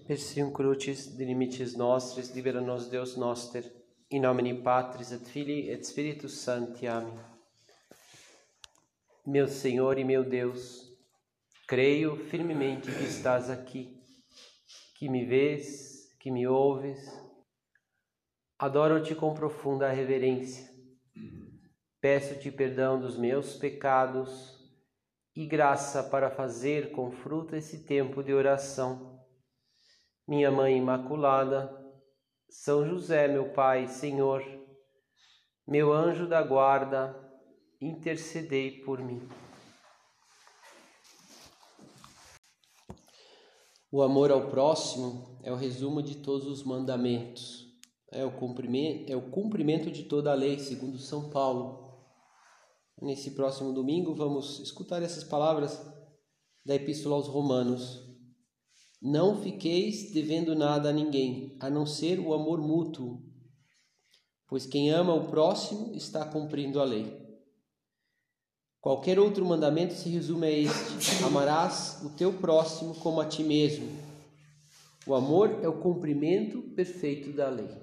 Persium crucis dilimites nostris, libera nos Deus noster, in nomine Patris et Filii et Spiritus Sancti. Amém. Meu Senhor e meu Deus, creio firmemente que estás aqui, que me vês, que me ouves. Adoro-te com profunda reverência. Peço-te perdão dos meus pecados e graça para fazer com fruto esse tempo de oração. Minha Mãe Imaculada, São José, meu Pai, Senhor, meu anjo da guarda, intercedei por mim. O amor ao próximo é o resumo de todos os mandamentos, é o cumprimento de toda a lei, segundo São Paulo. Nesse próximo domingo vamos escutar essas palavras da Epístola aos Romanos. Não fiqueis devendo nada a ninguém, a não ser o amor mútuo, pois quem ama o próximo está cumprindo a lei. Qualquer outro mandamento se resume a este: amarás o teu próximo como a ti mesmo. O amor é o cumprimento perfeito da lei.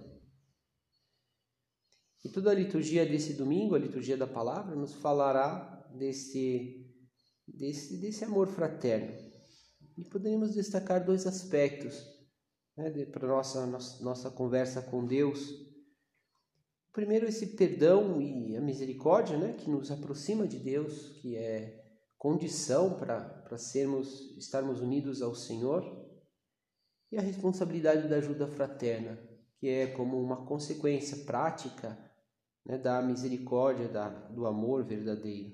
E toda a liturgia desse domingo, a liturgia da palavra, nos falará desse amor fraterno. E poderíamos destacar dois aspectos, para nossa conversa com Deus. O primeiro, esse perdão e a misericórdia, que nos aproxima de Deus, que é condição para estarmos unidos ao Senhor. E a responsabilidade da ajuda fraterna, que é como uma consequência prática da misericórdia, do amor verdadeiro.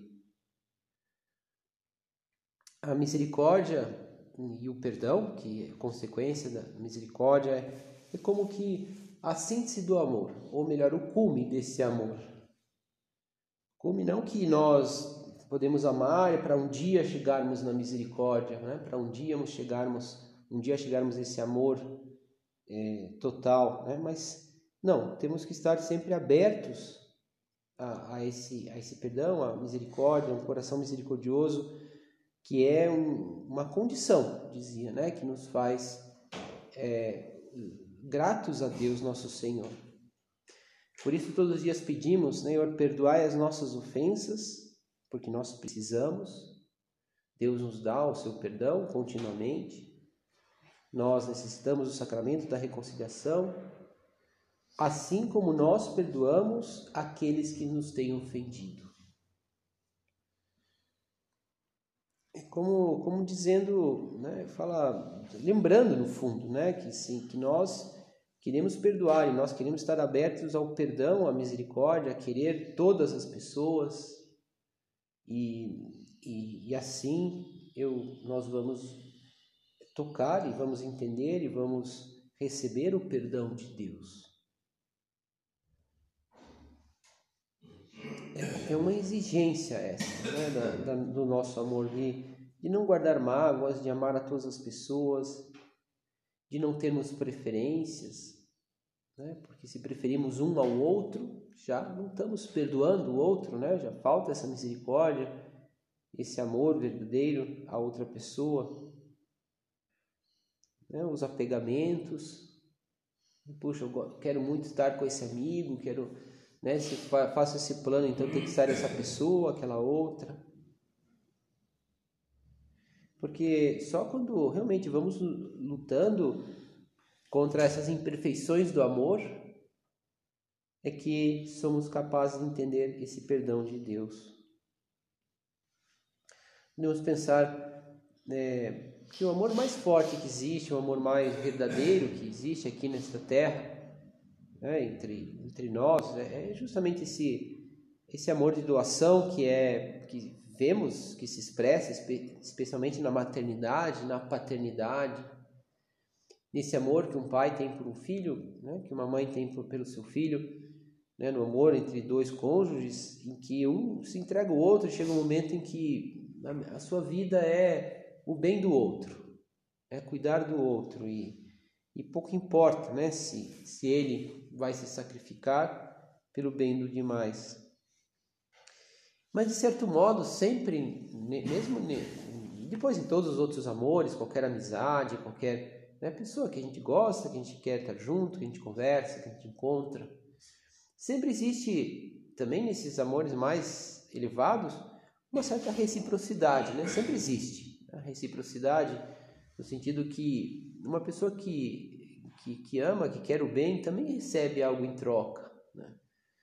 A misericórdia e o perdão, que é consequência da misericórdia, é como que a síntese do amor, ou melhor, o cume desse amor. Cume não que nós podemos amar para um dia chegarmos na misericórdia, para um dia chegarmos a esse amor total, mas não, temos que estar sempre abertos a esse perdão, a misericórdia, um coração misericordioso, que é uma condição, dizia, que nos faz gratos a Deus nosso Senhor. Por isso todos os dias pedimos: Senhor, perdoai as nossas ofensas, porque nós precisamos. Deus nos dá o seu perdão continuamente. Nós necessitamos do sacramento da reconciliação, assim como nós perdoamos aqueles que nos têm ofendido. Como dizendo, lembrando no fundo, que sim, que nós queremos perdoar e nós queremos estar abertos ao perdão, à misericórdia, a querer todas as pessoas e assim nós vamos tocar e vamos entender e vamos receber o perdão de Deus. É uma exigência essa, do nosso amor, de não guardar mágoas, de amar a todas as pessoas, de não termos preferências, porque se preferimos um ao outro, já não estamos perdoando o outro, já falta essa misericórdia, esse amor verdadeiro à outra pessoa. Os apegamentos, puxa, eu quero muito estar com esse amigo, se faço esse plano, então tem que estar essa pessoa, aquela outra. Porque só quando realmente vamos lutando contra essas imperfeições do amor é que somos capazes de entender esse perdão de Deus. Podemos pensar que o amor mais forte que existe, o amor mais verdadeiro que existe aqui nesta terra, entre nós, é justamente esse amor de doação que vemos que se expressa especialmente na maternidade, na paternidade, nesse amor que um pai tem por um filho, que uma mãe tem pelo seu filho, no amor entre dois cônjuges, em que um se entrega ao outro, chega um momento em que a sua vida é o bem do outro, é cuidar do outro e pouco importa, se ele vai se sacrificar pelo bem do demais. Mas, de certo modo, sempre, mesmo depois em todos os outros amores, qualquer amizade, qualquer né, pessoa que a gente gosta, que a gente quer estar junto, que a gente conversa, que a gente encontra. Sempre existe, também nesses amores mais elevados, uma certa reciprocidade, né? Sempre existe a reciprocidade, no sentido que uma pessoa que ama, que quer o bem, também recebe algo em troca, né?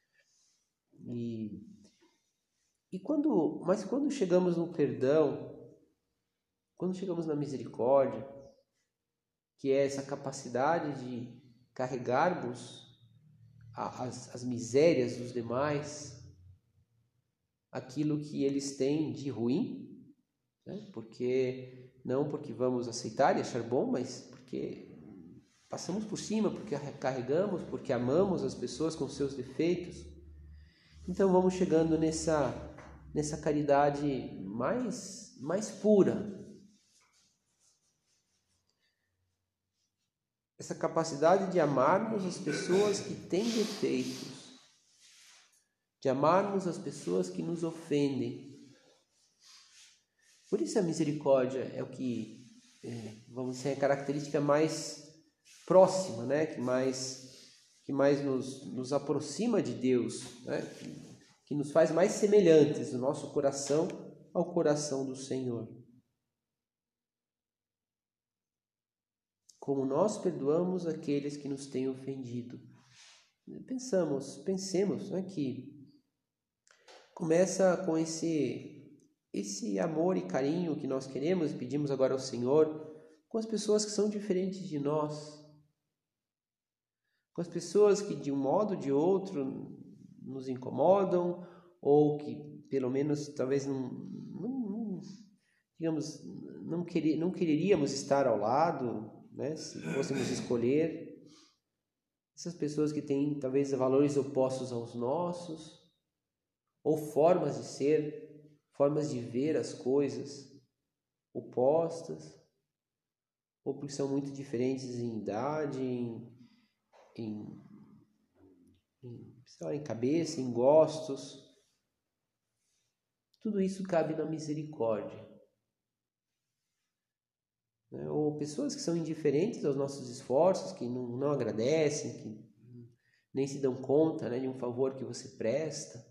Mas quando chegamos no perdão, quando chegamos na misericórdia, que é essa capacidade de carregarmos as misérias dos demais, aquilo que eles têm de ruim, né? Não porque vamos aceitar e achar bom, mas porque passamos por cima, porque carregamos, porque amamos as pessoas com seus defeitos. Então vamos chegando nessa caridade mais pura. Essa capacidade de amarmos as pessoas que têm defeitos, de amarmos as pessoas que nos ofendem. Por isso a misericórdia é o que, vamos dizer, a característica mais próxima, né? que mais nos aproxima de Deus, né? Que nos faz mais semelhantes do nosso coração ao coração do Senhor. Como nós perdoamos aqueles que nos têm ofendido. Pensemos, né, que começa com esse amor e carinho que nós queremos e pedimos agora ao Senhor com as pessoas que são diferentes de nós, com as pessoas que de um modo ou de outro nos incomodam, ou que pelo menos talvez não quereríamos estar ao lado, né, se fôssemos escolher. Essas pessoas que têm talvez valores opostos aos nossos, ou formas de ser, formas de ver as coisas opostas, ou porque são muito diferentes em idade, em cabeça, em gostos. Tudo isso cabe na misericórdia. Ou pessoas que são indiferentes aos nossos esforços, que não agradecem, que nem se dão conta, né, de um favor que você presta.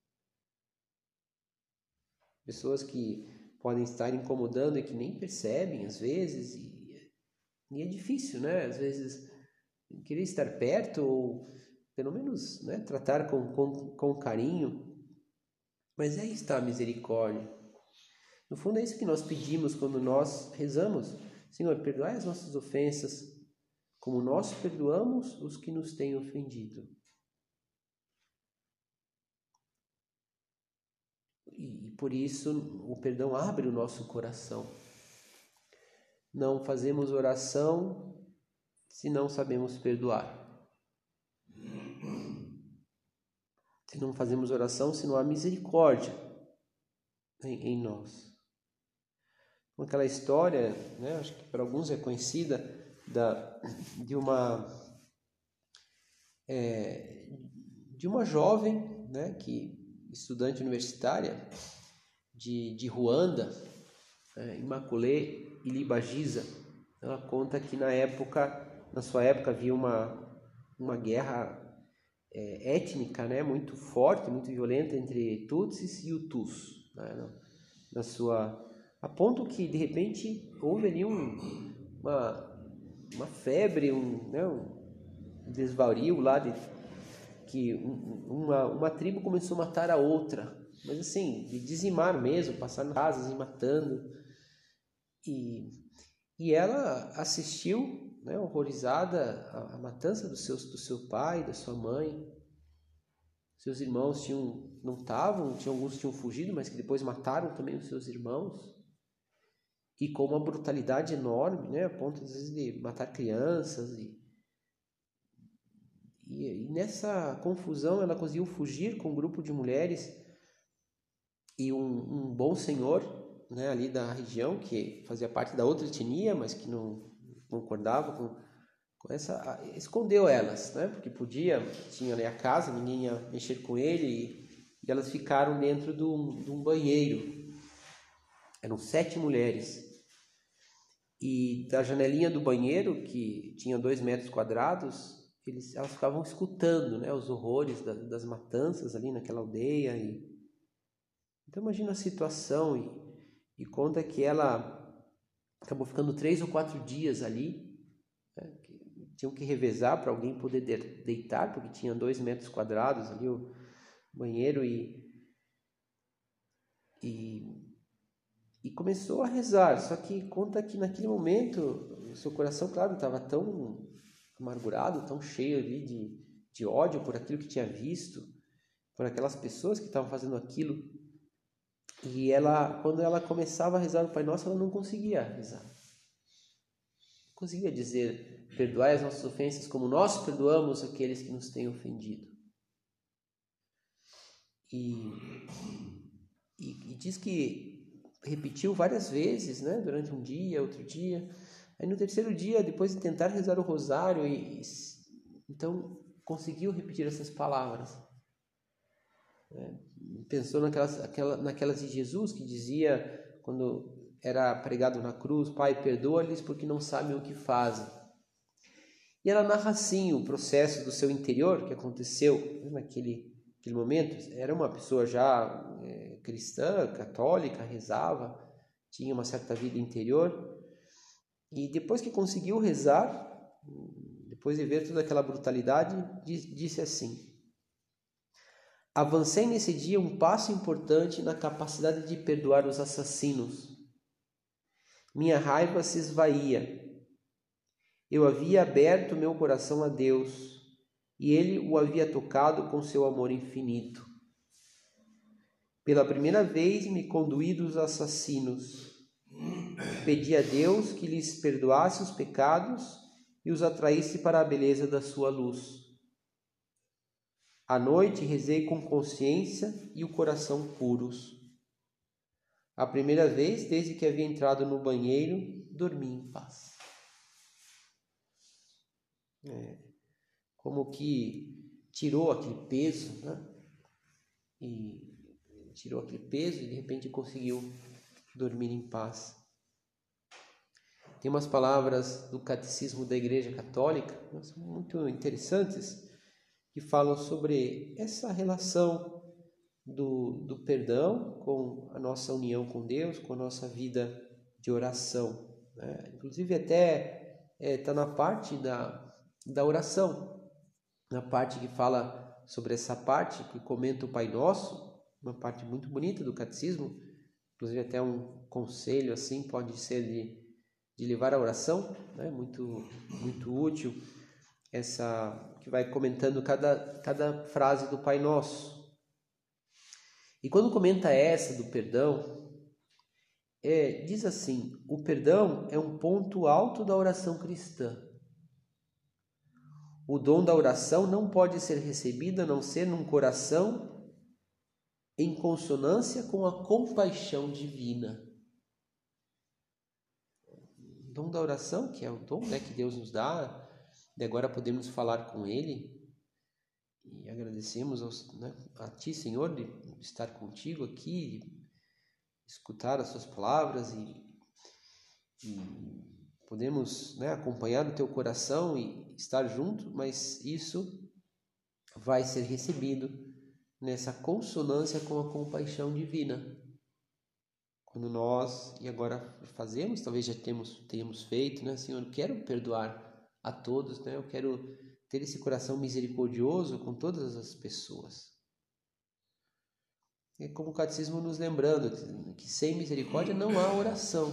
Pessoas que podem estar incomodando e que nem percebem às vezes, e é difícil, né? Às vezes querer estar perto ou pelo menos, né, tratar com carinho, mas aí está a misericórdia. No fundo é isso que nós pedimos quando nós rezamos: Senhor, perdoai as nossas ofensas, como nós perdoamos os que nos têm ofendido. E por isso o perdão abre o nosso coração. Não fazemos oração se não sabemos perdoar. Não fazemos oração se não há misericórdia em nós. Aquela história, né, acho que para alguns é conhecida, de uma jovem, né, estudante universitária de Ruanda, Immaculée Ilibagiza. Ela conta que na sua época havia uma guerra étnica, né, muito forte, muito violenta entre Tutsis e Hutus, né, a ponto que de repente houve ali uma febre, um desvario lá que uma tribo começou a matar a outra, mas assim, de dizimar mesmo, passar nas casas e matando. E ela assistiu, né, horrorizada, a matança do seu pai, da sua mãe. Seus irmãos alguns tinham fugido, mas que depois mataram também os seus irmãos. E com uma brutalidade enorme, né, a ponto às vezes de matar crianças. E nessa confusão ela conseguiu fugir com um grupo de mulheres, e um bom senhor, né, ali da região, que fazia parte da outra etnia, mas que não concordava com essa, escondeu elas, né, porque tinha ali a casa, ninguém ia mexer com ele, e elas ficaram dentro de um banheiro. Eram 7 mulheres. E da janelinha do banheiro, que tinha 2 metros quadrados, elas ficavam escutando, né, os horrores das matanças ali naquela aldeia. Então imagina a situação, e conta que ela acabou ficando 3 ou 4 dias ali, né, tinham que revezar para alguém poder deitar, porque tinha 2 metros quadrados ali o banheiro, e começou a rezar. Só que conta que naquele momento o seu coração, claro, estava tão amargurado, tão cheio ali de ódio por aquilo que tinha visto, por aquelas pessoas que estavam fazendo aquilo. E ela, quando ela começava a rezar o Pai Nosso, ela não conseguia rezar. Não conseguia dizer: perdoai as nossas ofensas como nós perdoamos aqueles que nos têm ofendido. E diz que repetiu várias vezes, né? Durante um dia, outro dia. Aí no terceiro dia, depois de tentar rezar o rosário, então conseguiu repetir essas palavras. Pensou naquelas de Jesus, que dizia, quando era pregado na cruz: Pai, perdoa-lhes porque não sabem o que fazem. E ela narra assim o processo do seu interior que aconteceu naquele momento. Era uma pessoa já cristã, católica, rezava, tinha uma certa vida interior. E depois que conseguiu rezar, depois de ver toda aquela brutalidade, disse assim: avancei nesse dia um passo importante na capacidade de perdoar os assassinos. Minha raiva se esvaía. Eu havia aberto meu coração a Deus, e Ele o havia tocado com seu amor infinito. Pela primeira vez me conduí dos assassinos. Pedi a Deus que lhes perdoasse os pecados e os atraísse para a beleza da sua luz. À noite rezei com consciência e o coração puros. A primeira vez, desde que havia entrado no banheiro, dormi em paz. Como que tirou aquele peso, né? E tirou aquele peso e de repente conseguiu dormir em paz. Tem umas palavras do Catecismo da Igreja Católica, muito interessantes, que falam sobre essa relação do perdão com a nossa união com Deus, com a nossa vida de oração, né? Inclusive até está na parte da oração, na parte que fala sobre essa parte, que comenta o Pai Nosso, uma parte muito bonita do Catecismo. Inclusive até um conselho assim pode ser de levar a oração, né? Muito útil, essa que vai comentando cada frase do Pai Nosso. E quando comenta essa do perdão, diz assim: o perdão é um ponto alto da oração cristã. O dom da oração não pode ser recebido a não ser num coração em consonância com a compaixão divina. O dom da oração, que é o dom, né, que Deus nos dá, e agora podemos falar com Ele, e agradecemos a Ti, Senhor, de estar contigo aqui, de escutar as Suas palavras, e podemos, né, acompanhar o Teu coração e estar junto, mas isso vai ser recebido nessa consonância com a compaixão divina. Quando nós, e agora fazemos, talvez já tenhamos feito, né? Senhor, eu quero perdoar a todos, né? Eu quero ter esse coração misericordioso com todas as pessoas. É como o Catecismo nos lembrando que sem misericórdia não há oração.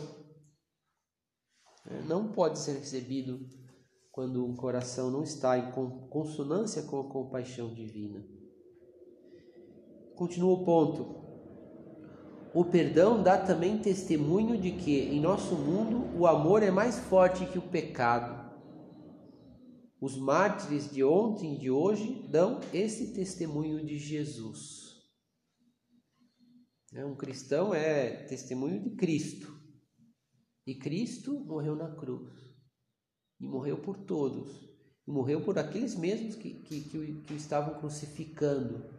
Não pode ser recebido quando um coração não está em consonância com a compaixão divina. Continua o ponto. O perdão dá também testemunho de que, em nosso mundo, o amor é mais forte que o pecado. Os mártires de ontem e de hoje dão esse testemunho de Jesus. Um cristão é testemunho de Cristo. E Cristo morreu na cruz. E morreu por todos. E morreu por aqueles mesmos que o estavam crucificando.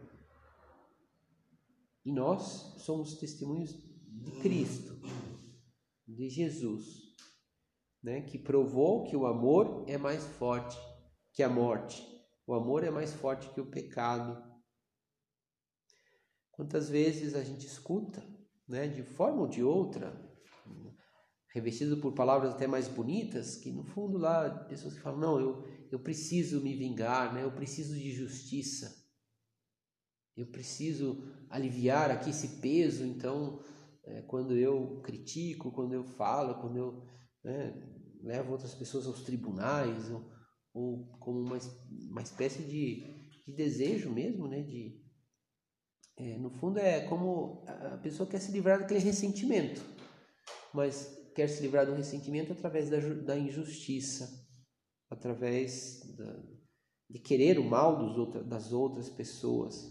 E nós somos testemunhos de Cristo, de Jesus. né, que provou que o amor é mais forte que a morte. O amor é mais forte que o pecado. Quantas vezes a gente escuta, né, de forma ou de outra, revestido por palavras até mais bonitas, que no fundo lá, pessoas que falam, não, eu preciso me vingar, né, eu preciso de justiça, eu preciso aliviar aqui esse peso, então, quando eu critico, quando eu falo, quando eu, né, levo outras pessoas aos tribunais, ou como uma espécie de desejo mesmo, né, no fundo é como a pessoa quer se livrar daquele ressentimento, mas quer se livrar do ressentimento através da injustiça, através de querer o mal das outras pessoas.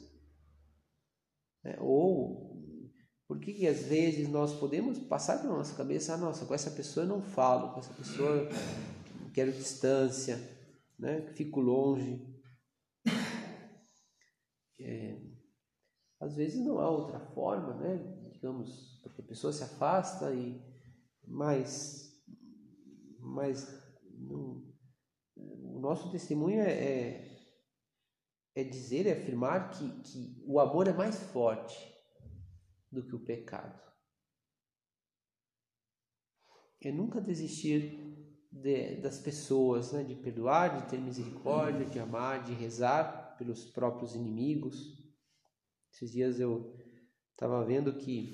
Ou por que às vezes nós podemos passar pela nossa cabeça, nossa, com essa pessoa eu não falo, com essa pessoa eu quero distância, né? Fico longe. Às vezes não há outra forma, né? Digamos, porque a pessoa se afasta mas o nosso testemunho é dizer, é afirmar que o amor é mais forte do que o pecado. É nunca desistir das pessoas, né? De perdoar, de ter misericórdia, de amar, de rezar pelos próprios inimigos. Esses dias eu estava vendo que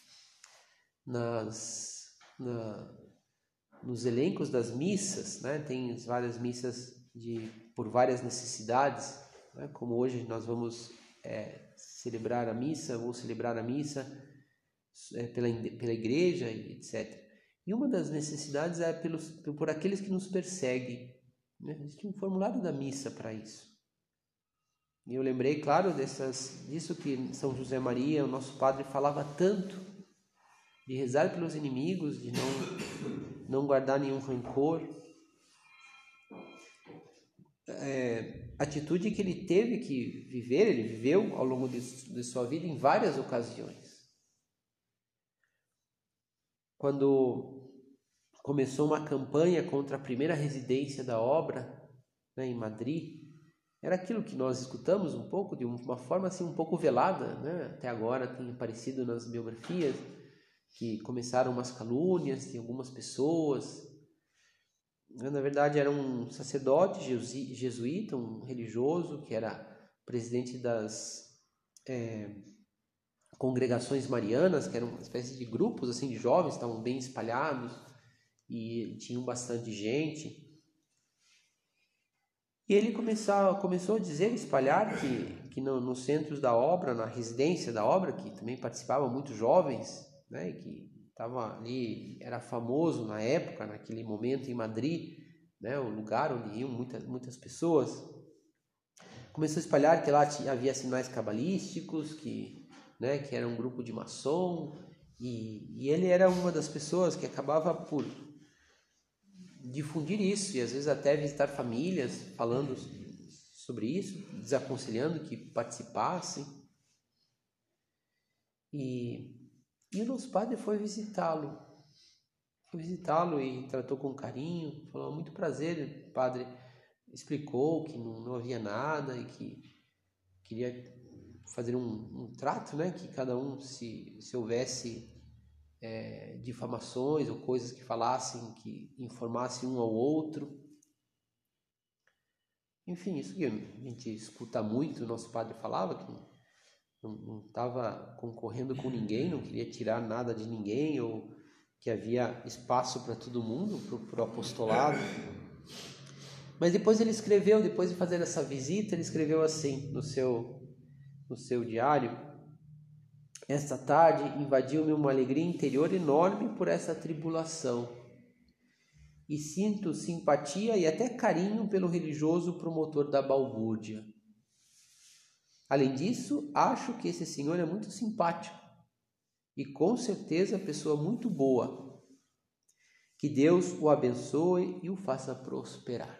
nos elencos das missas, né, tem várias missas por várias necessidades, né, como hoje nós vamos celebrar a missa, vou celebrar a missa pela igreja, etc. E uma das necessidades é por aqueles que nos perseguem. Né? Existe um formulário da missa para isso. E eu lembrei, claro, disso que São José Maria, o nosso padre, falava tanto, de rezar pelos inimigos, de não guardar nenhum rancor. Atitude que ele teve que viver, ele viveu ao longo de sua vida em várias ocasiões. Quando começou uma campanha contra a primeira residência da obra, né, em Madrid, era aquilo que nós escutamos um pouco, de uma forma assim um pouco velada, né? Até agora tem aparecido nas biografias que começaram umas calúnias de algumas pessoas. Na verdade era um sacerdote jesuíta, um religioso que era presidente das congregações marianas, que eram uma espécie de grupos assim de jovens, estavam bem espalhados e tinham bastante gente. E ele começou a dizer, espalhar que nos centros da obra, na residência da obra, que também participavam muitos jovens, né, que estava ali, era famoso na época, naquele momento em Madrid, né, o lugar onde iam muitas pessoas. Começou a espalhar que lá havia sinais cabalísticos, que era um grupo de maçom, e ele era uma das pessoas que acabava por difundir isso, e às vezes até visitar famílias falando sobre isso, desaconselhando que participassem. E o nosso padre foi visitá-lo e tratou com carinho, falou, muito prazer, padre. Explicou que não havia nada e que queria fazer um trato, né, que cada um, se houvesse difamações ou coisas que falassem, que informassem um ao outro. Enfim, isso que a gente escuta muito, o nosso padre falava que não estava concorrendo com ninguém, não queria tirar nada de ninguém, ou que havia espaço para todo mundo, para o apostolado. Mas depois ele escreveu, depois de fazer essa visita, ele escreveu assim no seu diário: esta tarde invadiu-me uma alegria interior enorme por essa tribulação, e sinto simpatia e até carinho pelo religioso promotor da balbúrdia. Além disso, acho que esse senhor é muito simpático e com certeza pessoa muito boa. Que Deus o abençoe e o faça prosperar.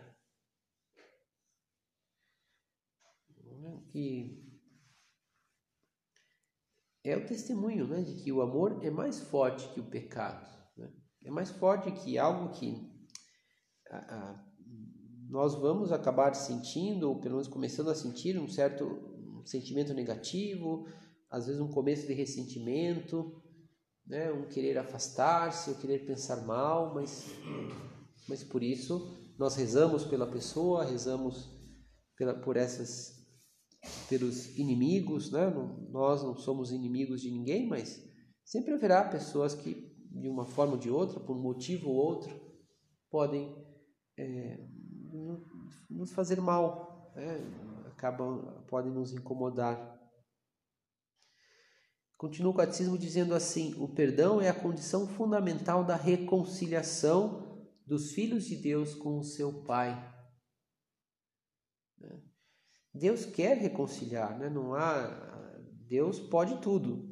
Que é o testemunho, né, de que o amor é mais forte que o pecado, né? É mais forte que algo que nós vamos acabar sentindo, ou pelo menos começando a sentir um certo sentimento negativo, às vezes um começo de ressentimento, né? Um querer afastar-se, ou querer pensar mal, mas por isso nós rezamos pela pessoa, rezamos pelos inimigos, né? Nós não somos inimigos de ninguém, mas sempre haverá pessoas que, de uma forma ou de outra, por um motivo ou outro, podem nos fazer mal, né? Podem nos incomodar. Continua o catecismo dizendo assim: o perdão é a condição fundamental da reconciliação dos filhos de Deus com o seu Pai. Deus quer reconciliar, né? Deus pode tudo,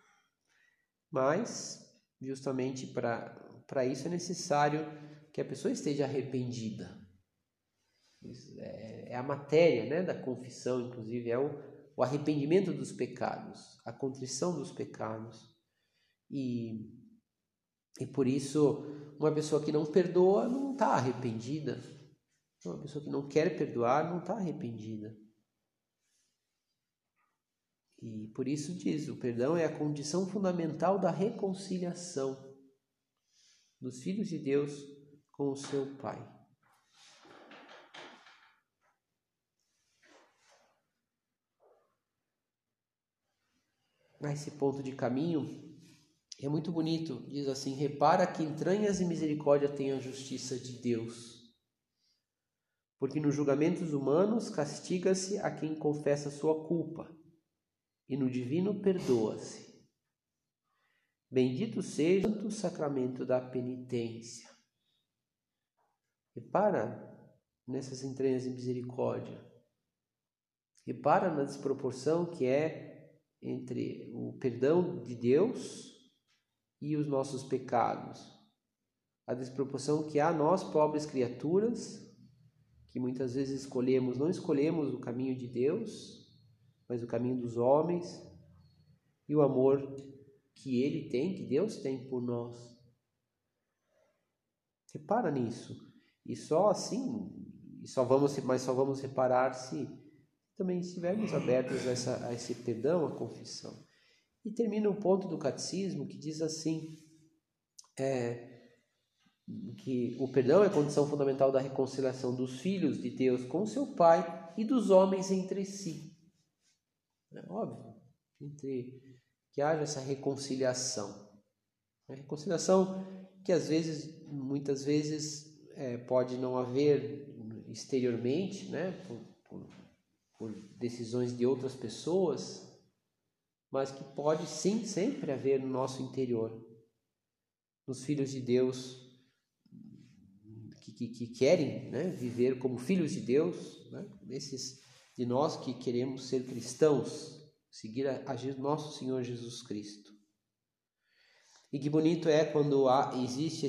mas justamente para isso é necessário que a pessoa esteja arrependida. É a matéria, né, da confissão, inclusive, é o arrependimento dos pecados, a contrição dos pecados. E por isso, uma pessoa que não perdoa não está arrependida. Uma pessoa que não quer perdoar não está arrependida. E por isso diz, o perdão é a condição fundamental da reconciliação dos filhos de Deus com o seu Pai. Esse ponto de caminho é muito bonito, diz assim: repara que entranhas e misericórdia tem a justiça de Deus, porque nos julgamentos humanos castiga-se a quem confessa sua culpa, e no divino perdoa-se. Bendito seja o santo sacramento da penitência. Repara nessas entranhas de misericórdia. Repara na desproporção que é entre o perdão de Deus e os nossos pecados. A desproporção que há nós, pobres criaturas, que muitas vezes não escolhemos o caminho de Deus, mas o caminho dos homens, e o amor que Ele tem, que Deus tem por nós. Repara nisso. E só assim, mas só vamos reparar se também estivermos abertos a esse perdão, a confissão. E termina um ponto do catecismo que diz assim, que o perdão é a condição fundamental da reconciliação dos filhos de Deus com seu Pai e dos homens entre si. É óbvio, que haja essa reconciliação. A reconciliação que muitas vezes, pode não haver exteriormente, né, por decisões de outras pessoas, mas que pode sim sempre haver no nosso interior, nos filhos de Deus que querem, né, viver como filhos de Deus, né, esses de nós que queremos ser cristãos, seguir a nosso Senhor Jesus Cristo. E que bonito é quando existe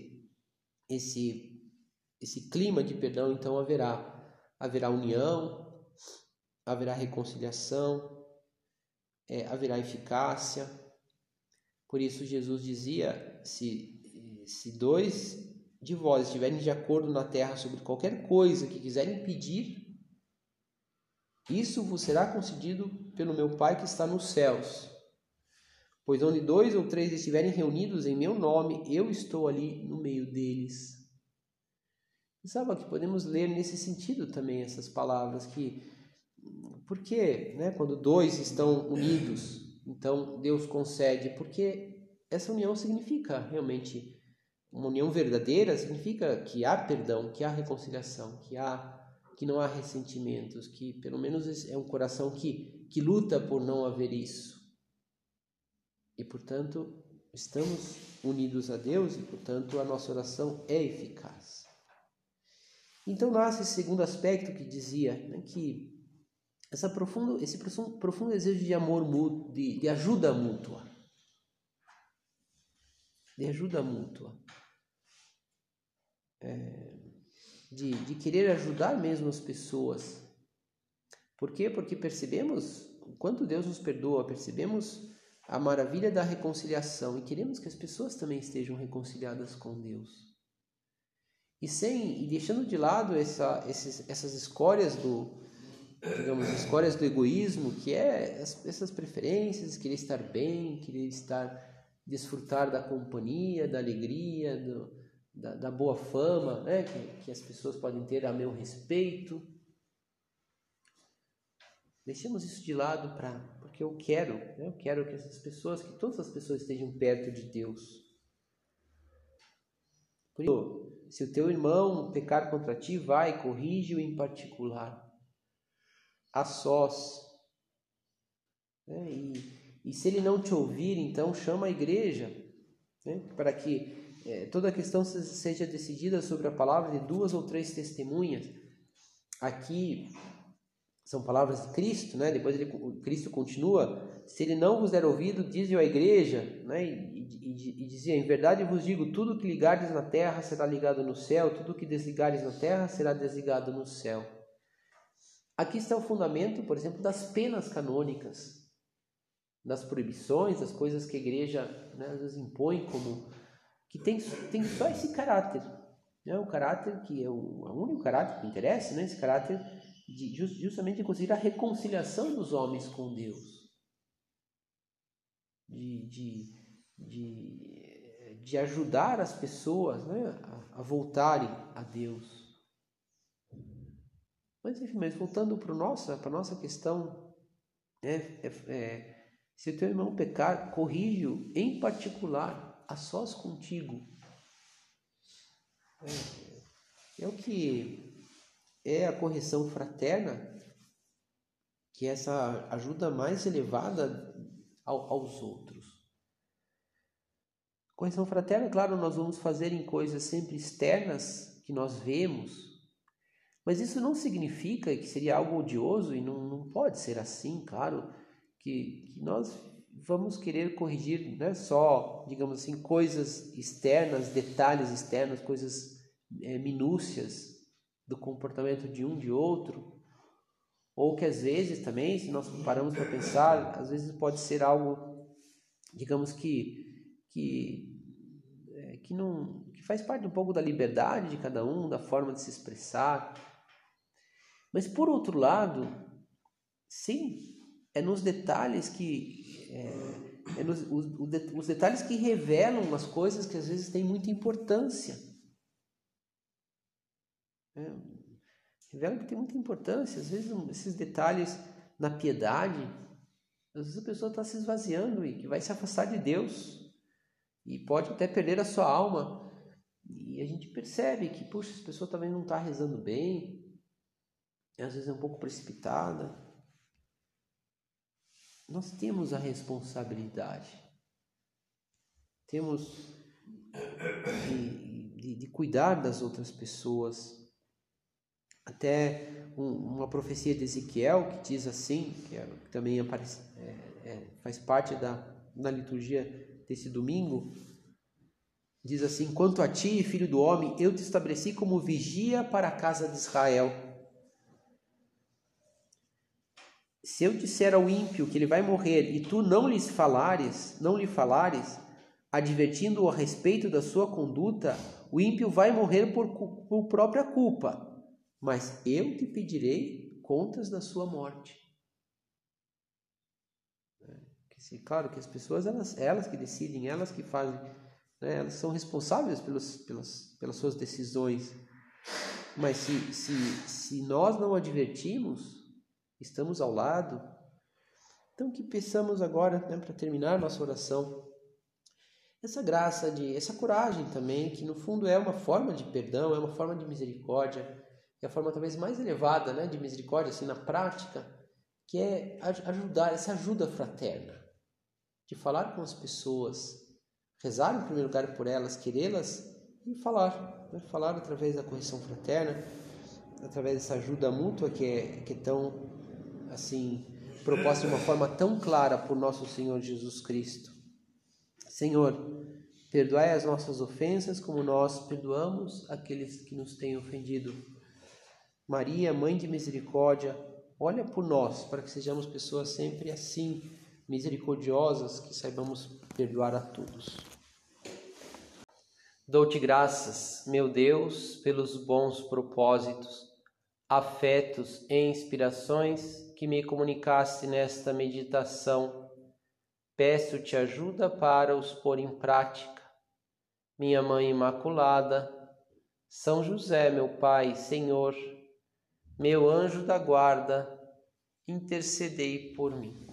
esse clima de perdão, então haverá união, haverá reconciliação, haverá eficácia. Por isso Jesus dizia, se dois de vós estiverem de acordo na terra sobre qualquer coisa que quiserem pedir, isso vos será concedido pelo meu Pai que está nos céus. Pois onde 2 ou 3 estiverem reunidos em meu nome, eu estou ali no meio deles. E sabe que podemos ler nesse sentido também essas palavras, porque, né, quando 2 estão unidos, então Deus concede, porque essa união significa realmente, uma união verdadeira significa que há perdão, que há reconciliação, que não há ressentimentos, que pelo menos é um coração que luta por não haver isso. E, portanto, estamos unidos a Deus e, portanto, a nossa oração é eficaz. Então, nasce esse segundo aspecto que dizia, né, que esse profundo desejo de amor mútuo, de ajuda mútua. De ajuda mútua. De querer ajudar mesmo as pessoas. Por quê? Porque percebemos o quanto Deus nos perdoa, percebemos a maravilha da reconciliação e queremos que as pessoas também estejam reconciliadas com Deus. e deixando de lado essas escórias escórias do egoísmo, que é essas preferências, querer estar bem, desfrutar da companhia, da alegria, da boa fama, né, que as pessoas podem ter a meu respeito. Deixemos isso de lado porque eu quero que todas as pessoas estejam perto de Deus. Por isso, se o teu irmão pecar contra ti, vai, corrige-o em particular, a sós. E se ele não te ouvir, então chama a igreja, né, para que toda a questão seja decidida sobre a palavra de 2 ou 3 testemunhas. Aqui são palavras de Cristo, né? Depois Cristo continua: se ele não vos der ouvido, dize-o à igreja, né? E dizia: em verdade vos digo, tudo que ligardes na terra será ligado no céu, tudo que desligardes na terra será desligado no céu. Aqui está o fundamento, por exemplo, das penas canônicas, das proibições, das coisas que a igreja, né, às vezes impõe, como que tem só esse caráter, né? O caráter que é o único caráter que interessa, né? Esse caráter justamente de conseguir a reconciliação dos homens com Deus, de ajudar as pessoas, né, a voltarem a Deus. Mas enfim, voltando para a nossa questão, né, se o teu irmão pecar, corrige-o em particular, a sós contigo. É o que é a correção fraterna, que é essa ajuda mais elevada aos outros. Correção fraterna, claro, nós vamos fazer em coisas sempre externas que nós vemos, mas isso não significa que seria algo odioso, e não pode ser assim, claro, que nós vamos querer corrigir, né, só, digamos assim, coisas externas, detalhes externos, coisas minúcias do comportamento de um de outro, ou que às vezes também, se nós paramos para pensar, às vezes pode ser algo, digamos que faz parte um pouco da liberdade de cada um, da forma de se expressar. Mas por outro lado, sim, é nos detalhes os detalhes que revelam as coisas que às vezes têm muita importância. Revela que tem muita importância. Às vezes esses detalhes na piedade, às vezes a pessoa está se esvaziando e que vai se afastar de Deus e pode até perder a sua alma. E a gente percebe que, puxa, essa pessoa também não está rezando bem, às vezes é um pouco precipitada. Nós temos a responsabilidade, temos de cuidar das outras pessoas. Até uma profecia de Ezequiel que diz assim, que também aparece, faz parte da liturgia desse domingo, diz assim: quanto a ti, filho do homem, eu te estabeleci como vigia para a casa de Israel. Se eu disser ao ímpio que ele vai morrer e tu não lhe falares, advertindo-o a respeito da sua conduta, o ímpio vai morrer por própria culpa, mas eu te pedirei contas da sua morte. Claro que as pessoas, elas que decidem, elas que fazem, né, elas são responsáveis pelas suas decisões. Mas se nós não advertimos, estamos ao lado. Então que peçamos agora, né, para terminar nossa oração, essa graça, essa coragem também, que no fundo é uma forma de perdão, é uma forma de misericórdia, é a forma talvez mais elevada, né, de misericórdia, assim, na prática, que é ajudar, essa ajuda fraterna, de falar com as pessoas, rezar em primeiro lugar por elas, querê-las e falar, né, falar através da correção fraterna, através dessa ajuda mútua que é tão, assim, proposta de uma forma tão clara por nosso Senhor Jesus Cristo. Senhor, perdoai as nossas ofensas como nós perdoamos aqueles que nos têm ofendido. Maria, Mãe de Misericórdia, olha por nós para que sejamos pessoas sempre assim, misericordiosas, que saibamos perdoar a todos. Dou-te graças, meu Deus, pelos bons propósitos, afetos e inspirações que me comunicaste nesta meditação. Peço-te ajuda para os pôr em prática. Minha Mãe Imaculada, São José, meu Pai, Senhor, meu anjo da guarda, intercedei por mim.